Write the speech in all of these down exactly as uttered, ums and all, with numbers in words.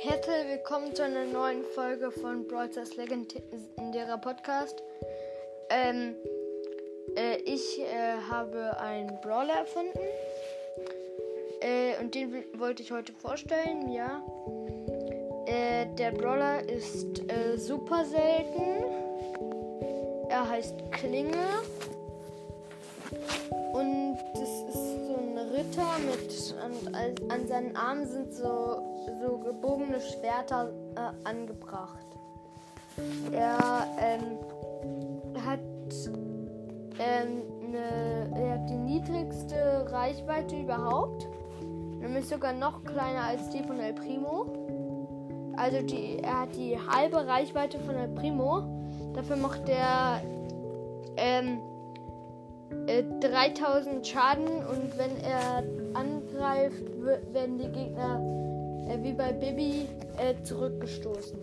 Herzlich willkommen zu einer neuen Folge von Brawl Stars legendärer Podcast. Ähm, äh, ich äh, habe einen Brawler erfunden äh, und den w- wollte ich heute vorstellen, ja. Äh, der Brawler ist äh, super selten. Er heißt Klinge und das ist so ein Ritter mit und an, an seinen Armen sind so, so gebogene Schwerter äh, angebracht. Er ähm, hat, ähm, eine, er hat die niedrigste Reichweite überhaupt, nämlich sogar noch kleiner als die von El Primo. Also die, er hat die halbe Reichweite von El Primo. Dafür macht er ähm, äh, dreitausend Schaden und wenn er angreift, w- werden die Gegner äh, wie bei Bibi äh, zurückgestoßen.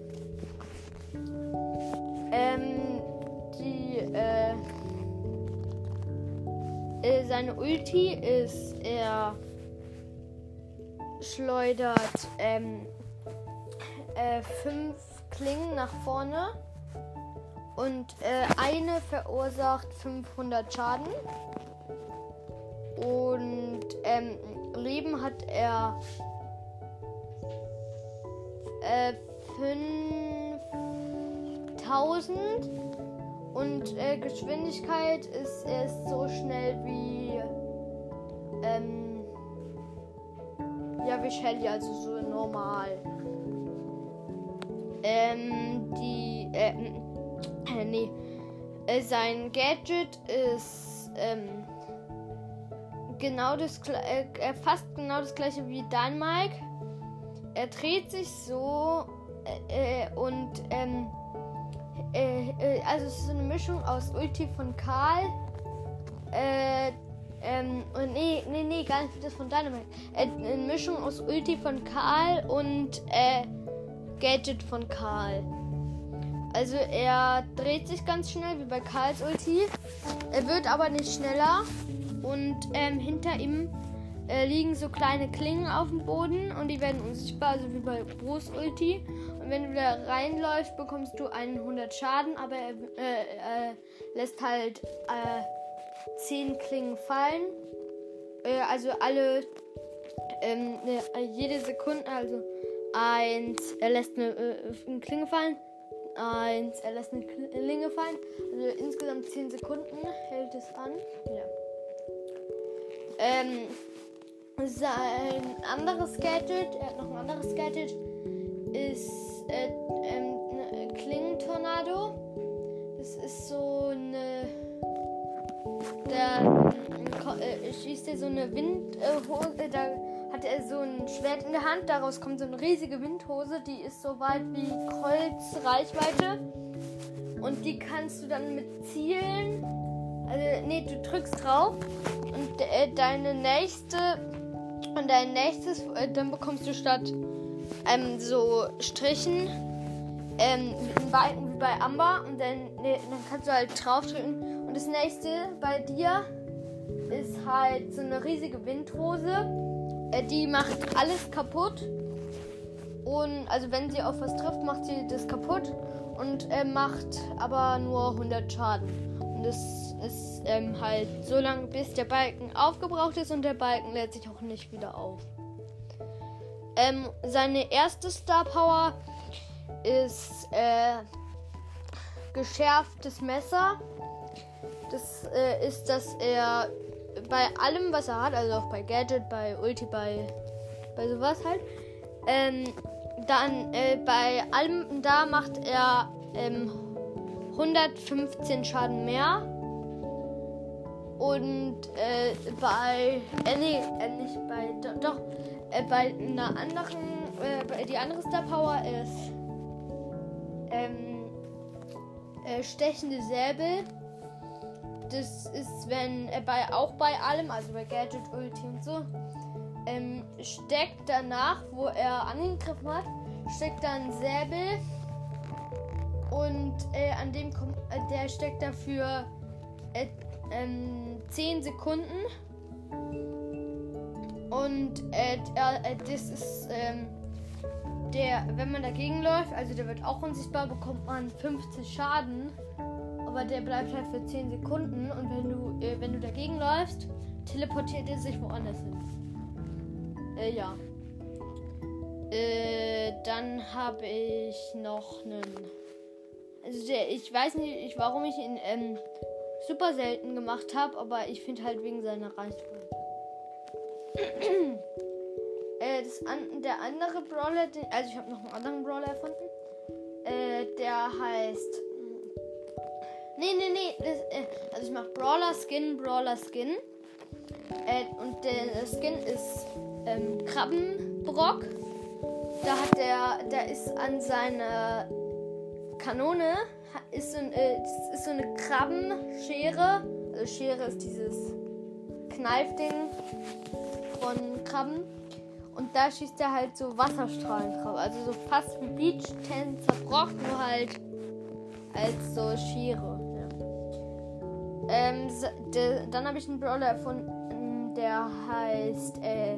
Ähm, die, äh, äh, seine Ulti ist, er schleudert ähm, äh, fünf Klingen nach vorne. Und äh, eine verursacht fünfhundert Schaden. Und ähm, Leben hat er äh, fünftausend. Und äh, Geschwindigkeit ist er ist so schnell wie ähm, ja wie Shelly, also so normal. Ähm, die äh, Äh, nee. Äh, sein Gadget ist ähm, genau das äh, äh, fast genau das gleiche wie Dynamite. Er dreht sich so äh, äh, und ähm, äh, äh, also es ist so eine Mischung aus Ulti von Karl äh, ähm, und nee, nee, nee, gar nicht das von Dynamite. Äh, eine Mischung aus Ulti von Karl und äh, Gadget von Karl. Also er dreht sich ganz schnell wie bei Karls Ulti. Er wird aber nicht schneller. Und ähm, hinter ihm äh, liegen so kleine Klingen auf dem Boden und die werden unsichtbar, also wie bei Bros Ulti. Und wenn du da reinläufst, bekommst du hundert Schaden, aber er äh, äh, lässt halt äh, zehn Klingen fallen. Äh, also alle, ähm, ne, jede Sekunde, also eins, er lässt eine, äh, eine Klinge fallen. Eins, er lässt eine Klinge fallen. Also insgesamt zehn Sekunden hält es an. Ja. Ähm, sein anderes Gadget, er hat noch ein anderes Gadget, ist äh, ähm, ein Klingentornado. Das ist so eine. Da äh, schießt er so eine Windhose, äh, da hat er so ein Schwert in der Hand, daraus kommt so eine riesige Windhose, die ist so weit wie Colts Reichweite und die kannst du dann mit Zielen, also nee, du drückst drauf und äh, deine nächste und dein nächstes, äh, dann bekommst du statt ähm, so Strichen ähm, einen Balken wie bei Amber und dann, nee, dann kannst du halt draufdrücken und das nächste bei dir ist halt so eine riesige Windhose. Die macht alles kaputt und also wenn sie auf was trifft, macht sie das kaputt und äh, macht aber nur hundert Schaden. Und das ist ähm, halt so lange, bis der Balken aufgebraucht ist und der Balken lädt sich auch nicht wieder auf. Ähm, seine erste Star Power ist äh, geschärftes Messer. Das äh, ist, dass er bei allem, was er hat, also auch bei Gadget, bei Ulti, bei, bei sowas halt, ähm, dann äh, bei allem da macht er ähm, hundertfünfzehn Schaden mehr. Und äh, bei, äh, nee, äh, nicht bei, do, doch, äh, bei einer anderen, äh, bei, die andere Star Power ist ähm, äh, stechende Säbel. Das ist, wenn er bei, auch bei allem, also bei Gadget, Ulti und so, ähm, steckt danach, wo er angegriffen hat, steckt da ein Säbel und äh, an dem kommt, äh, der steckt dafür äh, ähm, zehn Sekunden und äh, äh, das ist ähm, der, wenn man dagegen läuft, also der wird auch unsichtbar, bekommt man fünfzig Schaden. Aber der bleibt halt für zehn Sekunden. Und wenn du, äh, wenn du dagegen läufst, teleportiert er sich woanders hin. Äh, ja. Äh, dann habe ich noch einen. Also der, ich weiß nicht, warum ich ihn ähm, super selten gemacht habe, aber ich finde halt wegen seiner Reichweite. äh, das an, der andere Brawler, den, also ich habe noch einen anderen Brawler erfunden. Äh, der heißt. Nee, nee, nee. Das, äh, also ich mache Brawler Skin, Brawler Skin. Äh, und der Skin ist ähm, Krabbenbrock. Da hat der, der ist an seiner Kanone, ist so, ein, äh, ist so eine Krabbenschere. Also Schere ist dieses Kneifding von Krabben. Und da schießt er halt so Wasserstrahlen drauf. Also so fast wie Beach Tänzer Brock, nur halt als so Schere. Ja. Ähm, de, dann habe ich einen Brawler erfunden, der heißt, äh,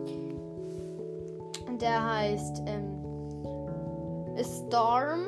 der heißt, ähm, Storm.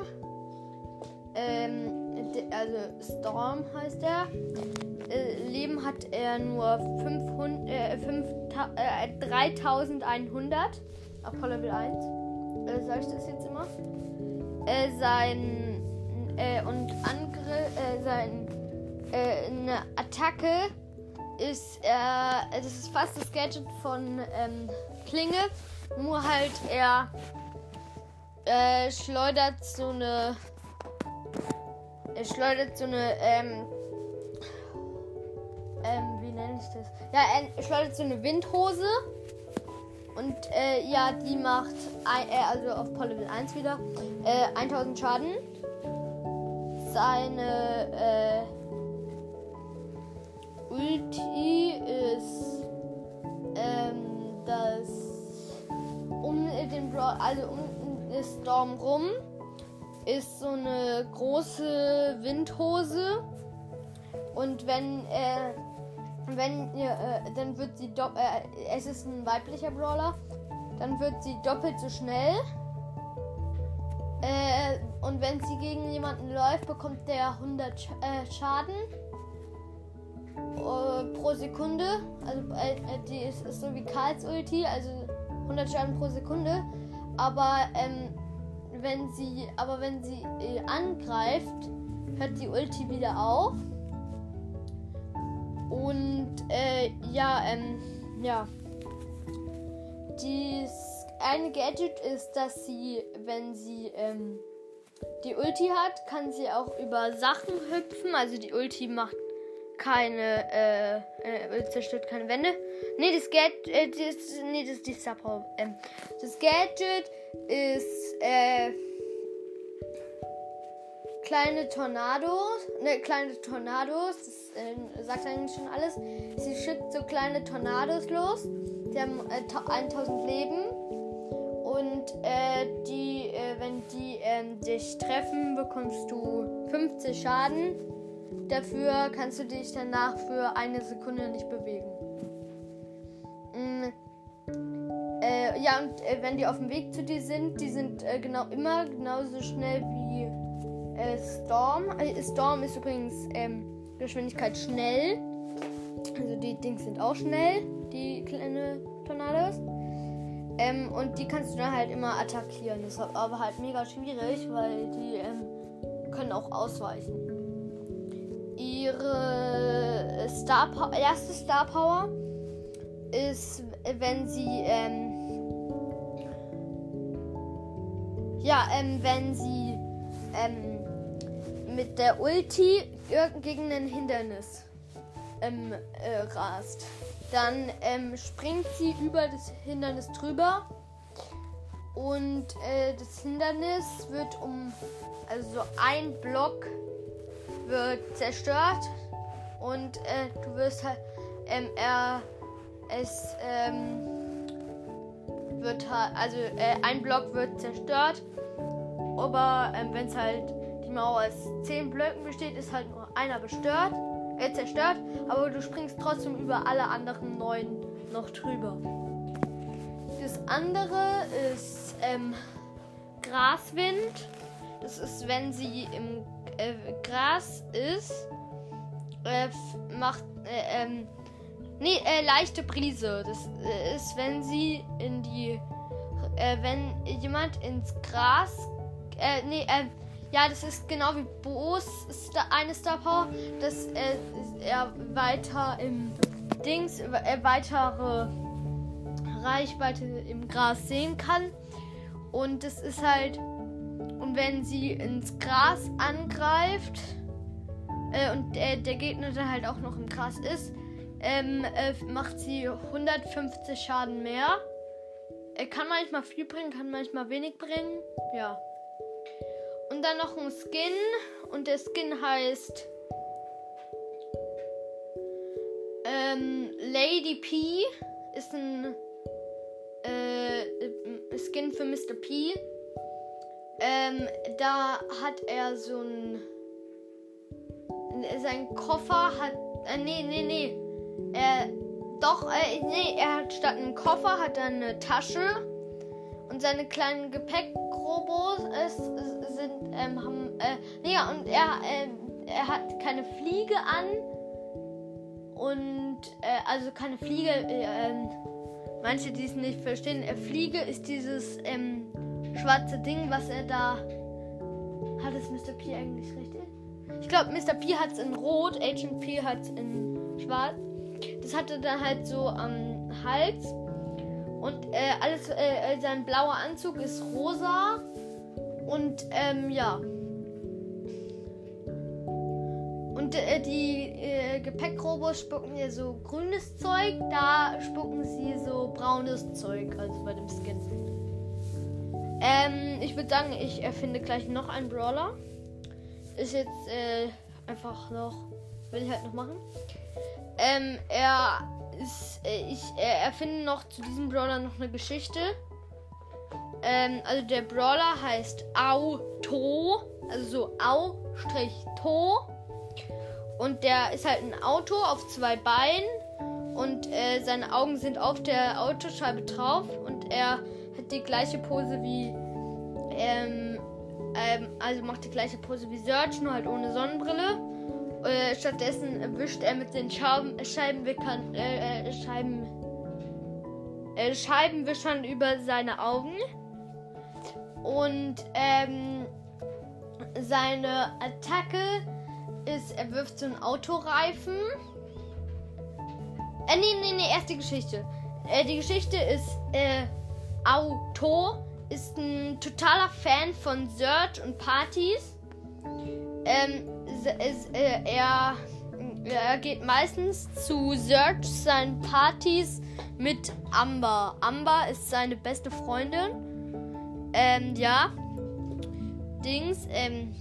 Ähm, de, also Storm heißt er. Äh, Leben hat er nur fünfhundert, äh, fünf, äh, dreitausendeinhundert auf Level eins. Äh, sag ich das jetzt immer? Äh, sein äh, und Angriff, äh, sein äh, eine Attacke ist, äh, das ist fast das Gadget von ähm, Klinge, nur halt er äh, schleudert so eine, er schleudert so eine, ähm, ähm, wie nenne ich das? Ja, er schleudert so eine Windhose und äh, ja, die macht, ein, äh, also auf Power Level eins wieder, äh, eintausend Schaden. Seine äh, Ulti ist ähm, das um den Bra- also um den Storm rum ist so eine große Windhose und wenn äh, wenn ihr äh, dann wird sie do- äh, es ist ein weiblicher Brawler, dann wird sie doppelt so schnell. Äh, und wenn sie gegen jemanden läuft, bekommt der hundert Sch- äh, Schaden äh, pro Sekunde. Also äh, die ist, ist so wie Karls Ulti, also hundert Schaden pro Sekunde. Aber ähm, wenn sie, aber wenn sie äh, angreift, hört die Ulti wieder auf. Und äh, ja, ähm, ja. Dies eine Gadget ist, dass sie, wenn sie ähm, die Ulti hat, kann sie auch über Sachen hüpfen. Also die Ulti macht keine, äh, äh zerstört keine Wände. Nee, das Gadget, äh, das, nee, das ist die Sub-Power. Ähm, das Gadget ist, äh, kleine Tornados, ne, kleine Tornados, das äh, sagt eigentlich schon alles. Sie schickt so kleine Tornados los, die haben äh, tausend Leben und äh, die, äh, wenn die äh, dich treffen, bekommst du fünfzig Schaden. Dafür kannst du dich danach für eine Sekunde nicht bewegen. Mm. Äh, ja, und äh, wenn die auf dem Weg zu dir sind, die sind äh, genau immer genauso schnell wie äh, Storm. Äh, Storm ist übrigens ähm, Geschwindigkeit schnell. Also die Dings sind auch schnell, die kleinen Tornados. Ähm, und die kannst du dann halt immer attackieren. Das ist aber halt mega schwierig, weil die ähm, können auch ausweichen. Ihre Star Power, erste Star Power ist, wenn sie ähm, ja, ähm, wenn sie ähm, mit der Ulti gegen ein Hindernis ähm, äh, rast. Dann ähm, springt sie über das Hindernis drüber und äh, das Hindernis wird um, also so ein Block wird zerstört und äh, du wirst halt, ähm, er, es ähm, wird halt, also äh, ein Block wird zerstört, aber ähm, wenn es halt die Mauer aus zehn Blöcken besteht, ist halt nur einer bestört, äh, zerstört, aber du springst trotzdem über alle anderen neun noch drüber. Das andere ist, ähm, Graswind. Das ist, wenn sie im äh, Gras ist, äh, macht, äh, ähm, nee, äh, leichte Brise. Das äh, ist, wenn sie in die, äh, wenn jemand ins Gras, äh, nee, äh, ja, das ist genau wie Boos ist da eine Star Power, dass äh, er weiter im Dings, äh, weitere Reichweite im Gras sehen kann. Und das ist halt, und wenn sie ins Gras angreift äh, und äh, der Gegner dann halt auch noch im Gras ist, ähm, äh, macht sie hundertfünfzig Schaden mehr. Er kann manchmal viel bringen, kann manchmal wenig bringen. Ja. Und dann noch ein Skin. Und der Skin heißt ähm, Lady P. Ist ein äh, Skin für Mister P. Ähm, da hat er so ein... Sein Koffer hat... Äh, nee, nee, nee. Er... Doch, äh, nee, er hat statt einem Koffer hat er eine Tasche. Und seine kleinen Gepäckrobos ist, ist, sind, ähm, haben, äh, nee, und er, äh, er hat keine Fliege an. Und, äh, also keine Fliege, äh, äh, manche, die es nicht verstehen, äh, Fliege ist dieses, ähm, schwarze Ding, was er da, hat es Mister P eigentlich richtig? Ich glaube, Mister P hat es in Rot, Agent P hat es in Schwarz. Das hatte dann halt so am Hals. Und äh, alles, äh, sein blauer Anzug ist rosa. Und ähm, ja. Und äh, die äh, Gepäckrobos spucken hier so grünes Zeug. Da spucken sie so braunes Zeug, also bei dem Skin. Ähm, ich würde sagen, ich erfinde gleich noch einen Brawler. Ist jetzt äh, einfach noch, will ich halt noch machen. Ähm, er ist, äh, ich äh, erfinde noch zu diesem Brawler noch eine Geschichte. Ähm, also der Brawler heißt Auto, also so Au-To. Und der ist halt ein Auto auf zwei Beinen und äh, seine Augen sind auf der Autoscheibe drauf und er hat die gleiche Pose wie, ähm, ähm, also macht die gleiche Pose wie Search, nur halt ohne Sonnenbrille. Äh, stattdessen wischt er mit den Scheiben, Scheibenwickern, äh, äh, Scheiben, äh, Scheibenwischern über seine Augen. Und ähm, seine Attacke ist, er wirft so einen Autoreifen. Äh, nee, nee, nee, erst die Geschichte. Äh, die Geschichte ist, äh, Auto ist ein totaler Fan von Search und Partys. Ähm, es, äh, er, er geht meistens zu Search seinen Partys mit Amber. Amber ist seine beste Freundin. Ähm, ja. Dings, ähm,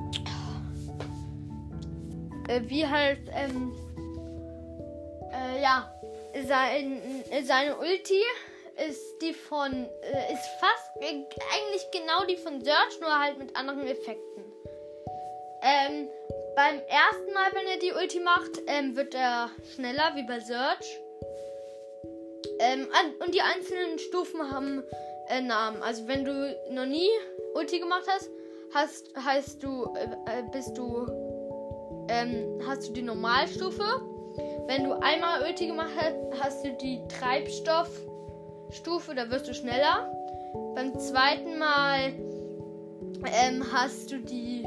äh, wie halt, ähm, äh, ja, sein, seine Ulti ist die von, äh, ist fast äh, eigentlich genau die von Search, nur halt mit anderen Effekten. Ähm, beim ersten Mal, wenn er die Ulti macht, ähm, wird er schneller, wie bei Search. Ähm, und die einzelnen Stufen haben äh, Namen. Also wenn du noch nie Ulti gemacht hast, hast heißt du, äh, bist du, ähm, hast du die Normalstufe. Wenn du einmal Ulti gemacht hast, hast du die Treibstoffstufe, da wirst du schneller. Beim zweiten Mal ähm, hast du die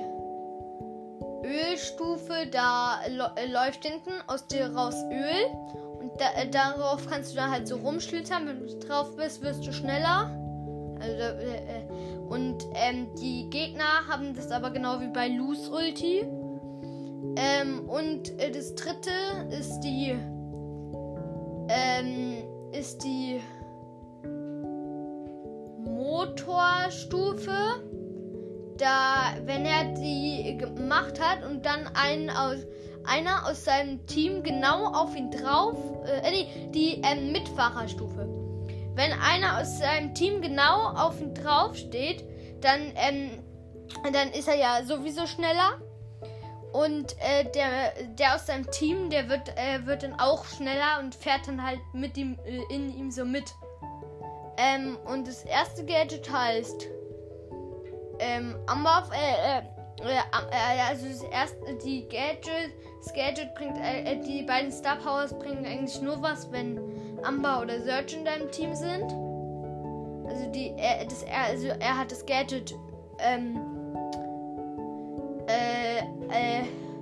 Ölstufe, da äh, läuft hinten aus dir raus Öl. Und da, äh, darauf kannst du dann halt so rumschlittern. Wenn du drauf bist, wirst du schneller. Also, äh, äh, und ähm, die Gegner haben das aber genau wie bei Lu's Ulti. Ähm, und äh, das dritte ist die ähm, ist die Motorstufe. Da, wenn er die gemacht hat und dann einen aus, einer aus seinem Team genau auf ihn drauf, äh, nee, die ähm, Mitfahrerstufe. Wenn einer aus seinem Team genau auf ihn drauf steht, dann, ähm, dann ist er ja sowieso schneller. Und äh, der, der aus seinem Team, der wird, äh, wird dann auch schneller und fährt dann halt mit ihm, äh, in ihm so mit. Ähm, und das erste Gadget heißt ähm, Amber, äh, äh, äh, also das erste, die Gadget, das Gadget bringt, äh, die beiden Star Powers bringen eigentlich nur was, wenn Amber oder Surge in deinem Team sind. Also die, er, das, er, also er hat das Gadget, ähm, äh, äh,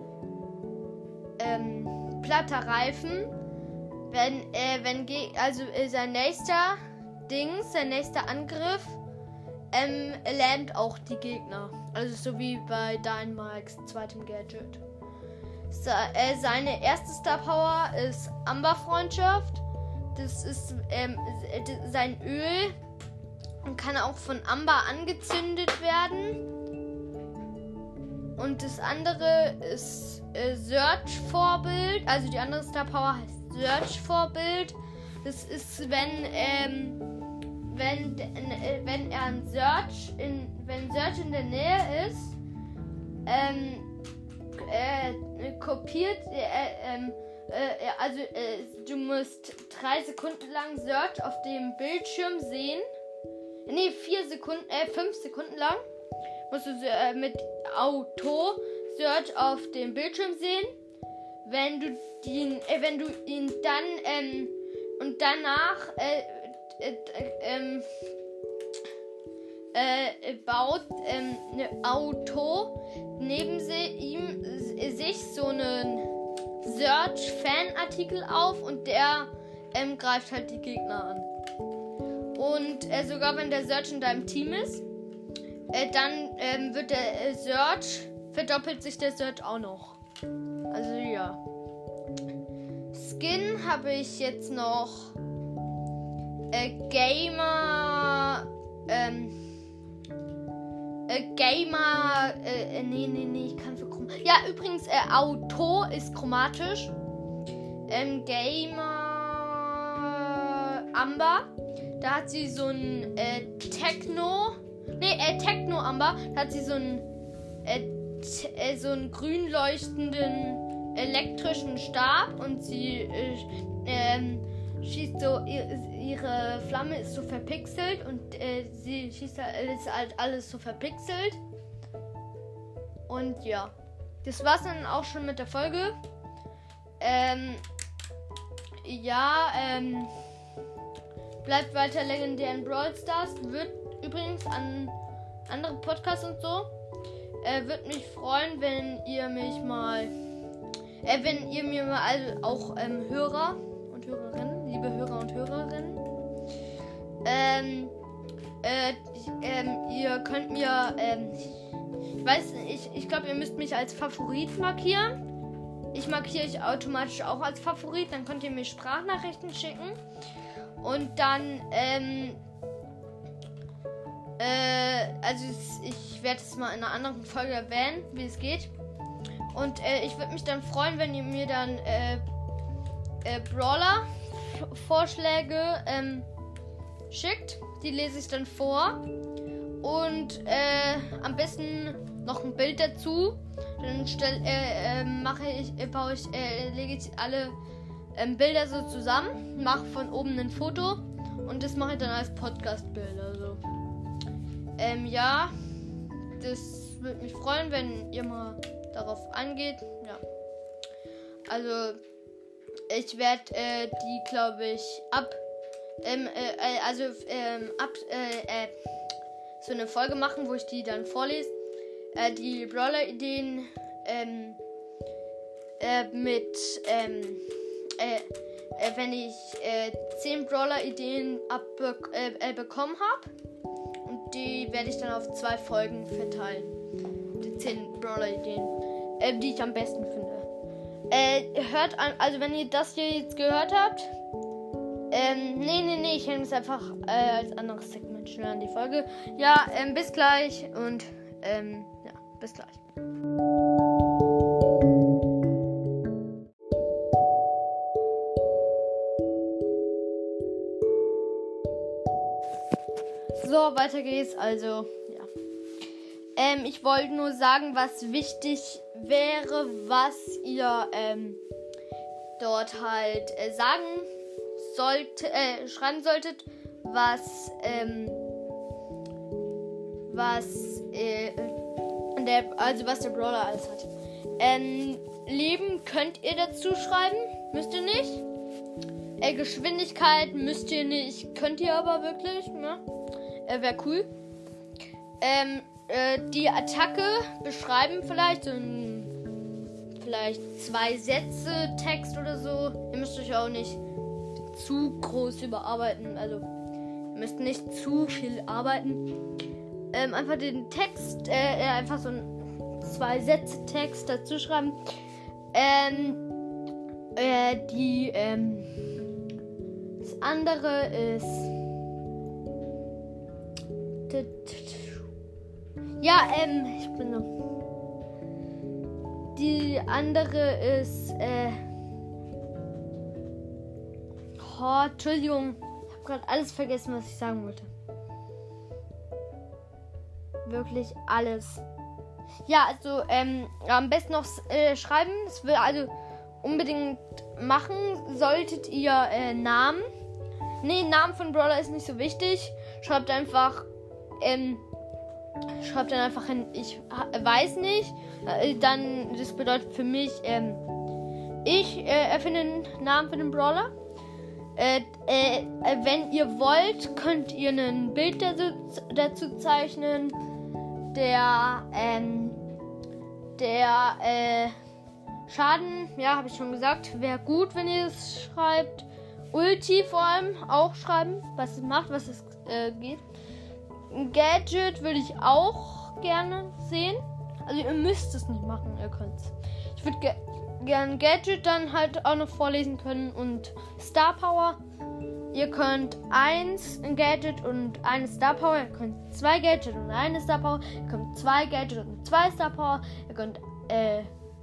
ähm, platter Reifen. Wenn, äh, wenn, also äh, sein nächster Dings, sein nächster Angriff, ähm, lähmt auch die Gegner. Also so wie bei Dynamikes zweitem Gadget. So, äh, seine erste Star Power ist Amber-Freundschaft. Das ist ähm, sein Öl und kann auch von Amber angezündet werden. Und das andere ist äh, Surge-Vorbild. Also die andere Star Power heißt Surge-Vorbild. Das ist, wenn ähm, wenn äh, wenn er ein Surge in wenn Surge in der Nähe ist, ähm, äh, kopiert äh, äh, äh, also äh, du musst drei Sekunden lang Surge auf dem Bildschirm sehen. Ne, vier Sekunden, äh, fünf Sekunden lang musst du äh, mit Auto Surge auf dem Bildschirm sehen. Wenn du ihn, äh, wenn du ihn dann ähm, und danach äh, äh, äh, äh, baut ähm, ein Auto neben sie, ihm äh, sich so einen Surge-Fan-Artikel auf und der ähm, greift halt die Gegner an. Und äh, sogar wenn der Surge in deinem Team ist, äh, dann ähm, wird der äh, Surge, verdoppelt sich der Surge auch noch. Also ja. Skin habe ich jetzt noch äh, Gamer, ähm, äh, Gamer, äh, nee, nee, nee, ich kann für Chrom. Ja, übrigens, äh, Auto ist chromatisch. Ähm, Gamer Amber, da hat sie so ein äh, Techno, nee, äh, Techno Amber, da hat sie so ein äh, t- äh, so einen grün leuchtenden elektrischen Stab und sie äh, ähm, schießt so, ihr, ihre Flamme ist so verpixelt und äh, sie schießt ist halt alles so verpixelt. Und ja, das war's dann auch schon mit der Folge. Ähm, ja, ähm, bleibt weiter legendär in Brawl Stars. Wird übrigens an andere Podcasts und so. Äh, würde mich freuen, wenn ihr mich mal Äh, wenn ihr mir mal also auch ähm, Hörer und Hörerinnen, liebe Hörer und Hörerinnen, ähm, äh, ähm, ihr könnt mir, ähm, ich weiß, ich, ich glaube, ihr müsst mich als Favorit markieren. Ich markiere euch automatisch auch als Favorit, dann könnt ihr mir Sprachnachrichten schicken und dann, ähm, äh, also ich werde es mal in einer anderen Folge erwähnen, wie es geht. Und äh, ich würde mich dann freuen, wenn ihr mir dann äh, äh, Brawler-Vorschläge ähm, schickt. Die lese ich dann vor. Und äh, am besten noch ein Bild dazu. Dann stell, äh, äh, mache ich, äh, baue ich, äh, lege ich alle ähm, Bilder so zusammen. Mache von oben ein Foto. Und das mache ich dann als Podcast-Bild. Also, ähm, ja, das würde mich freuen, wenn ihr mal darauf angeht. Ja. Also ich werde äh, die, glaube ich, ab ähm, äh, also ähm, ab äh, äh, so eine Folge machen, wo ich die dann vorlese. Äh, die Brawler-Ideen ähm, äh, mit ähm, äh, äh, wenn ich äh, zehn Brawler-Ideen abbe- äh, äh, bekommen habe. Und die werde ich dann auf zwei Folgen verteilen. Die zehn Brawler-Ideen. Äh, die ich am besten finde. Äh, hört an, also wenn ihr das hier jetzt gehört habt, ähm, nee, nee, nee, ich nehme es einfach äh, als anderes Segment schnell an die Folge. Ja, ähm, bis gleich und, ähm, ja, bis gleich. So, weiter geht's, also, ja. Ähm, ich wollte nur sagen, was wichtig wäre, was ihr ähm, dort halt äh, sagen sollt, äh, schreiben solltet, was ähm, was, äh, der, also was der Brawler alles hat. Ähm, Leben könnt ihr dazu schreiben, müsst ihr nicht. Äh, Geschwindigkeit müsst ihr nicht, könnt ihr aber wirklich, ne? Äh, wäre cool. Ähm, äh, die Attacke beschreiben vielleicht, so ein, vielleicht zwei Sätze Text oder so. Ihr müsst euch auch nicht zu groß überarbeiten, also ihr müsst nicht zu viel arbeiten. Ähm, einfach den Text, äh, einfach so ein zwei Sätze Text dazu schreiben. Ähm, äh, die, ähm, das andere ist, ja, ähm, ich bin noch, die andere ist, äh, oh, Entschuldigung, ich habe gerade alles vergessen, was ich sagen wollte. Wirklich alles. Ja, also ähm, am besten noch äh, schreiben. Das will also unbedingt machen. Solltet ihr äh, Namen. Nee, Namen von Brawler ist nicht so wichtig. Schreibt einfach, ähm, schreibt dann einfach hin, ich weiß nicht. Äh, dann, das bedeutet für mich, ähm, ich äh, erfinde einen Namen für den Brawler. Äh, äh, wenn ihr wollt, könnt ihr ein Bild dazu, dazu zeichnen. Der, ähm, der, äh, Schaden, ja, habe ich schon gesagt, wäre gut, wenn ihr es schreibt. Ulti vor allem auch schreiben, was es macht, was es äh, geht. Ein Gadget würde ich auch gerne sehen. Also ihr müsst es nicht machen, ihr könnt es. Ich würde ge gerne Gadget dann halt auch noch vorlesen können und Star Power. Ihr könnt eins ein Gadget und eine Star Power. Ihr könnt zwei Gadget und eine Star Power. Ihr könnt zwei Gadget und zwei Star Power. Ihr könnt äh,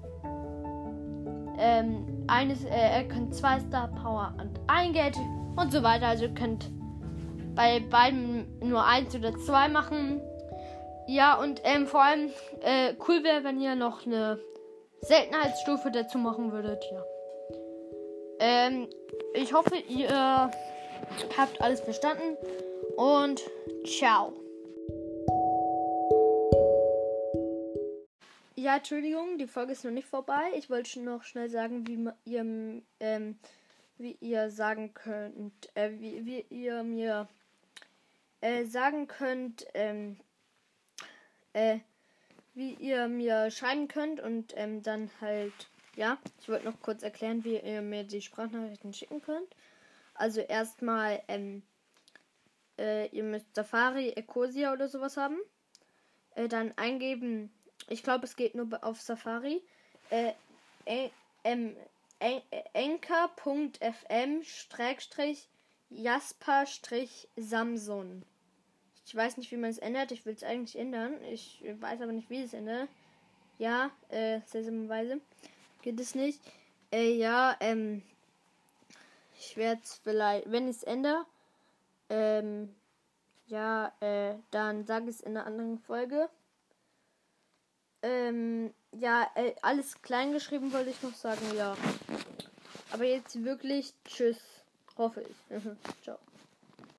ähm, eines, äh, ihr könnt zwei Star Power und ein Gadget und so weiter. Also ihr könnt bei beiden nur eins oder zwei machen. Ja, und ähm, vor allem äh, cool wäre, wenn ihr noch eine Seltenheitsstufe dazu machen würdet. Ja. Ähm, ich hoffe, ihr habt alles verstanden und ciao. Ja, Entschuldigung, die Folge ist noch nicht vorbei. Ich wollte noch schnell sagen, wie ihr, ähm, wie ihr sagen könnt, äh, wie, wie ihr mir äh, sagen könnt, ähm, äh, wie ihr mir schreiben könnt und ähm, dann halt, ja, ich wollte noch kurz erklären, wie ihr mir die Sprachnachrichten schicken könnt. Also erstmal, ähm, äh, ihr müsst Safari, Ecosia oder sowas haben. Äh, dann eingeben, ich glaube, es geht nur auf Safari. Äh, ähm, anchor punkt f m Schrägstrich Jasper Samson. Ich weiß nicht, wie man es ändert. Ich will es eigentlich ändern. Ich weiß aber nicht, wie es ändert. Ja, äh, seltsamerweise geht es nicht. Äh, ja, ähm, ich werde es vielleicht, wenn ich es ändere, ähm, ja, äh, dann sage ich es in einer anderen Folge. Ähm, ja, äh, alles klein geschrieben wollte ich noch sagen, ja. Aber jetzt wirklich tschüss, hoffe ich. Ciao.